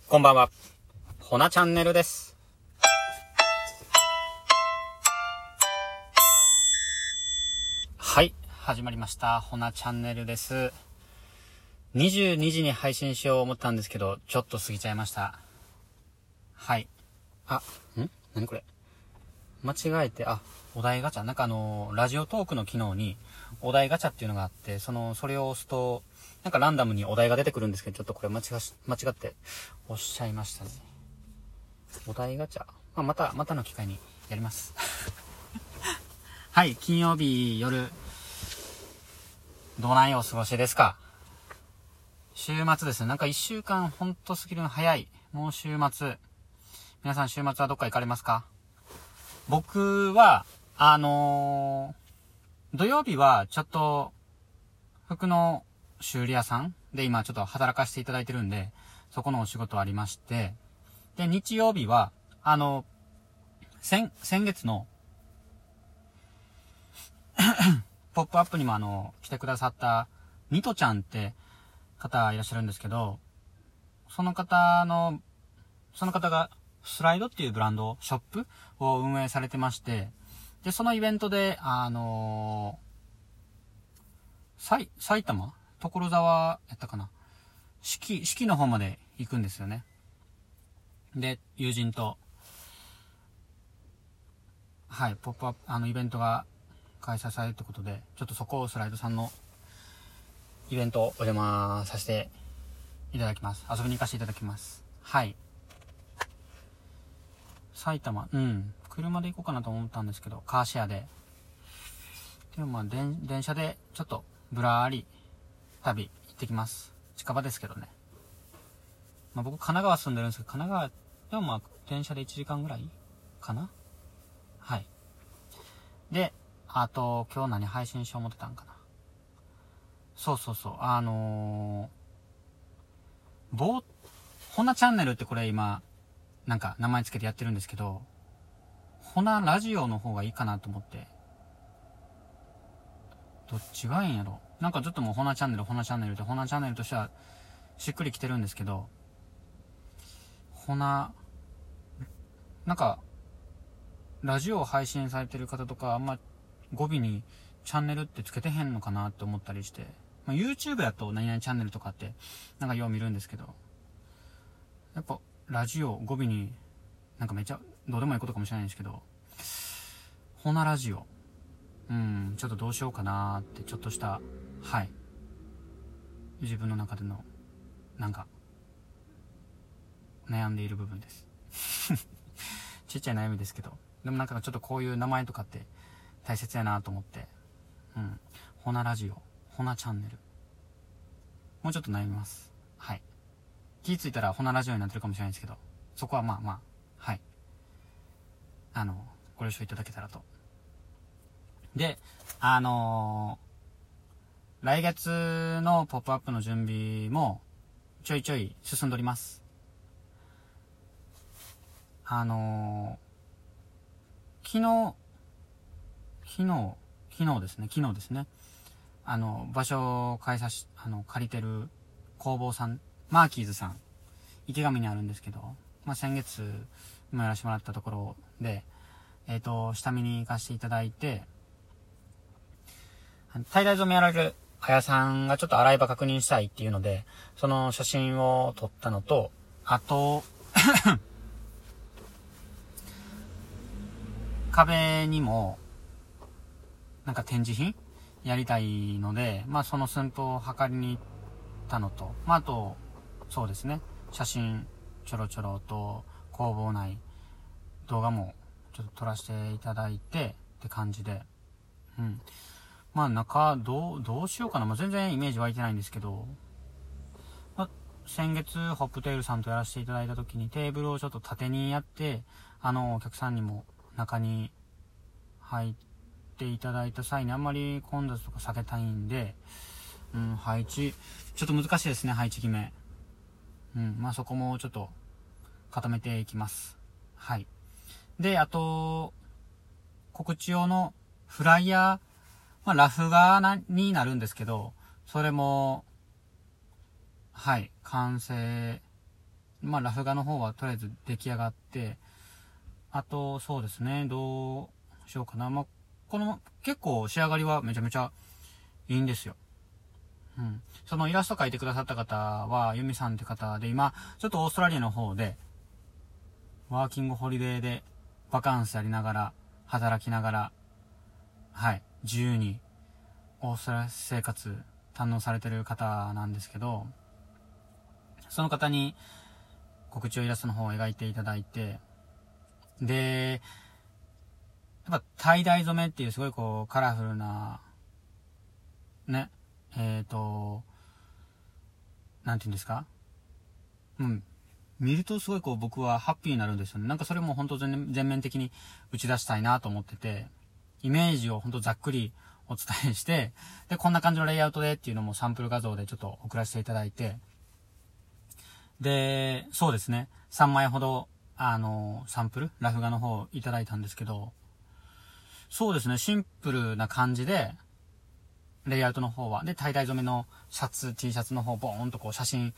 こんばんは、ほなチャンネルです。はい、始まりました。ほなチャンネルです。22時に配信しよう思ったんですけど、ちょっと過ぎちゃいました。はい。何これ、間違えて、お題ガチャ。ラジオトークの機能に、お題ガチャっていうのがあって、それを押すと、ランダムにお題が出てくるんですけど、ちょっとこれ間違って押しちゃいましたね。お題ガチャ。またの機会にやります。はい、金曜日夜、どないお過ごしですか？週末ですね。1週間ほんと過ぎるの早い。もう週末。皆さん週末はどっか行かれますか？僕は、土曜日はちょっと、服の修理屋さんで今ちょっと働かせていただいてるんで、そこのお仕事ありまして、で、日曜日は、先月の、ポップアップにも来てくださった、ニトちゃんって方いらっしゃるんですけど、その方が、スライドっていうブランド、ショップを運営されてまして、で、そのイベントで、埼玉所沢やったかな、四季の方まで行くんですよね。で、友人と、はい、ポップアップ、イベントが開催されるってことで、ちょっとそこをスライドさんのイベントをお邪魔させていただきます。遊びに行かせていただきます。はい。埼玉、車で行こうかなと思ったんですけど、カーシェアで。でも電車でちょっとぶらーり旅行ってきます。近場ですけどね。僕神奈川住んでるんですけど、神奈川でも電車で1時間ぐらいかな。はい。で、あと今日何配信しよう思ってたんかな。そう。ほなチャンネルってこれ今、名前つけてやってるんですけど、ほなラジオの方がいいかなと思って。どっちがいいんやろ。ちょっともうほなチャンネルってほなチャンネルとしてはしっくりきてるんですけど、ラジオを配信されてる方とかあんま語尾にチャンネルってつけてへんのかなって思ったりして、YouTube やと何々チャンネルとかってよう見るんですけど、やっぱラジオ語尾にめっちゃどうでもいいことかもしれないんですけど、ほなラジオちょっとどうしようかなーってちょっとした自分の中での悩んでいる部分です。ちっちゃい悩みですけど、でもちょっとこういう名前とかって大切やなと思って、ほなラジオ、ほなチャンネル、もうちょっと悩みます。はい。気づいたらほなラジオになってるかもしれないですけど、そこははい。ご了承いただけたらと。で、来月のポップアップの準備もちょいちょい進んでおります。昨日ですね。場所を借りてる工房さん、マーキーズさん、池上にあるんですけど、先月もやらせてもらったところで、下見に行かせていただいて、滞在染めやられるあやさんがちょっと洗い場確認したいっていうので、その写真を撮ったのと、あと、壁にも、展示品やりたいので、その寸法を測りに行ったのと、あと、そうですね、写真ちょろちょろと、工房内、動画もちょっと撮らせていただいて、って感じで、どうしようかな。全然イメージ湧いてないんですけど、先月、ホップテールさんとやらせていただいた時にテーブルをちょっと縦にやって、お客さんにも中に入っていただいた際にあんまり混雑とか避けたいんで、配置、ちょっと難しいですね、配置決め。そこもちょっと固めていきます。はい。で、あと、告知用のフライヤー、ラフ画になるんですけど、それも、完成ラフ画の方はとりあえず出来上がって、あと、そうですね、どうしようかな。結構仕上がりはめちゃめちゃいいんですよ。そのイラスト描いてくださった方は、ユミさんって方で、今、ちょっとオーストラリアの方で、ワーキングホリデーで、バカンスやりながら、働きながら、自由に、オーストラリア生活、堪能されてる方なんですけど、その方に、告知をイラストの方を描いていただいて、で、やっぱ、タイダイ染めっていうすごいカラフルな、ね、なんていうんですか？見るとすごい僕はハッピーになるんですよね。なんかそれも本当全面的に打ち出したいなと思ってて、イメージを本当ざっくりお伝えして、で、こんな感じのレイアウトでっていうのもサンプル画像でちょっと送らせていただいて、で、そうですね、3枚ほど、サンプル、ラフ画の方いただいたんですけど、そうですね、シンプルな感じで、レイアウトの方は、で、タイダイ染めのシャツ、T シャツの方、ボーンと写真、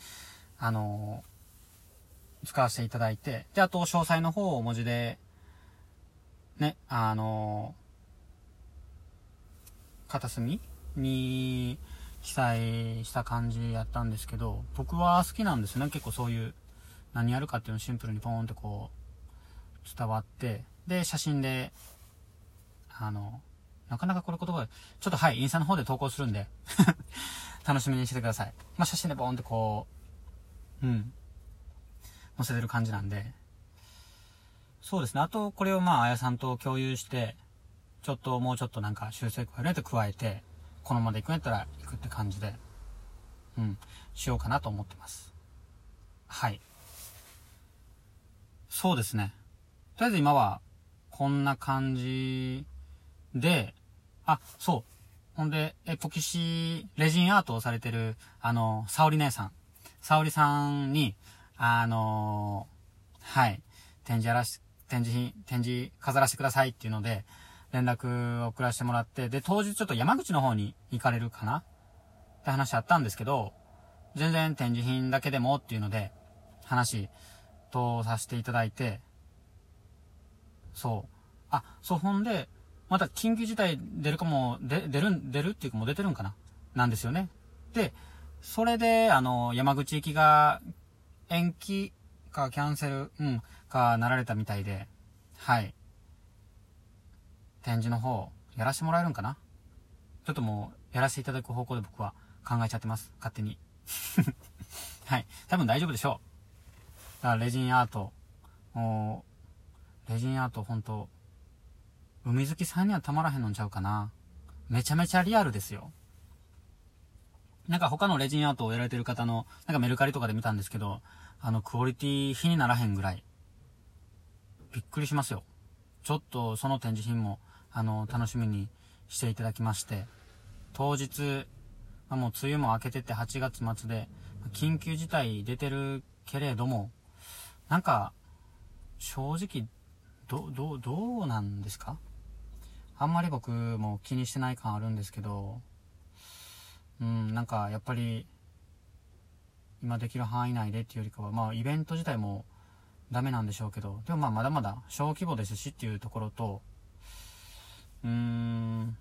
使わせていただいて、で、あと、詳細の方を文字で、ね、片隅に記載した感じやったんですけど、僕は好きなんですよね。結構そういう、何やるかっていうのをシンプルにポーンって伝わって、で、写真で、なかなかこれ言葉で、ちょっとインスタの方で投稿するんで、楽しみにしててください。写真でボーンって載せてる感じなんで。そうですね。あと、これをあやさんと共有して、もうちょっとなんか修正加えると加えて、このままで行くんやったら行くって感じで、しようかなと思ってます。はい。そうですね。とりあえず今は、こんな感じで、そう。ほんで、エポキシレジンアートをされてる、沙織姉さん。沙織さんに、展示飾らせてくださいっていうので、連絡を送らせてもらって、で、当日ちょっと山口の方に行かれるかなって話あったんですけど、全然展示品だけでもっていうので、話、とさせていただいて、そう。ほんで、また緊急事態出るっていうかもう出てるんかななんですよね。で、それで、山口行きが延期かキャンセル、かなられたみたいで、展示の方、やらせてもらえるんかなちょっともう、やらせていただく方向で僕は考えちゃってます。勝手に。多分大丈夫でしょう。だからレジンアートほんと、海好きさんにはたまらへんのんちゃうかな。めちゃめちゃリアルですよ。なんか他のレジンアートをやられてる方の、なんかメルカリとかで見たんですけど、クオリティ比にならへんぐらい。びっくりしますよ。ちょっとその展示品も、楽しみにしていただきまして、当日、もう梅雨も明けてて8月末で、緊急事態出てるけれども、なんか、正直、どうなんですか？あんまり僕も気にしてない感あるんですけど、なんかやっぱり、今できる範囲内でっていうよりかは、イベント自体もダメなんでしょうけど、でもまだまだ小規模ですしっていうところと、なん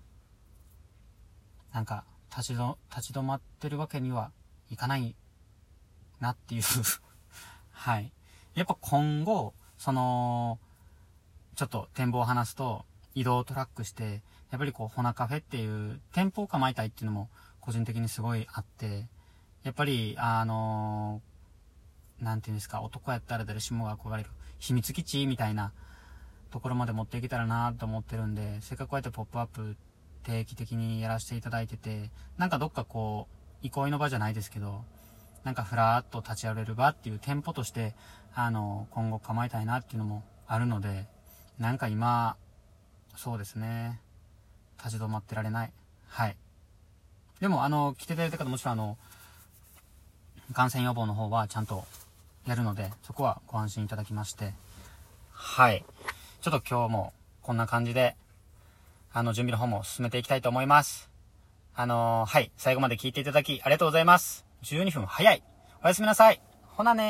か、立ち止まってるわけにはいかないなっていうやっぱ今後、ちょっと展望を話すと、移動をトラックして、やっぱりホナカフェっていう店舗を構えたいっていうのも個人的にすごいあって、やっぱり、なんていうんですか、男やったら誰しもが憧れる秘密基地みたいなところまで持っていけたらなと思ってるんで、せっかくこうやってポップアップ定期的にやらせていただいてて、なんかどっか憩いの場じゃないですけど、なんかふらーっと立ち寄れる場っていう店舗として、今後構えたいなっていうのもあるので、なんか今、そうですね、立ち止まってられない。でも、来ていただいた方もちろん感染予防の方はちゃんとやるので、そこはご安心いただきまして。ちょっと今日もこんな感じで、準備の方も進めていきたいと思います。最後まで聞いていただきありがとうございます。12分早い。おやすみなさい。ほなね。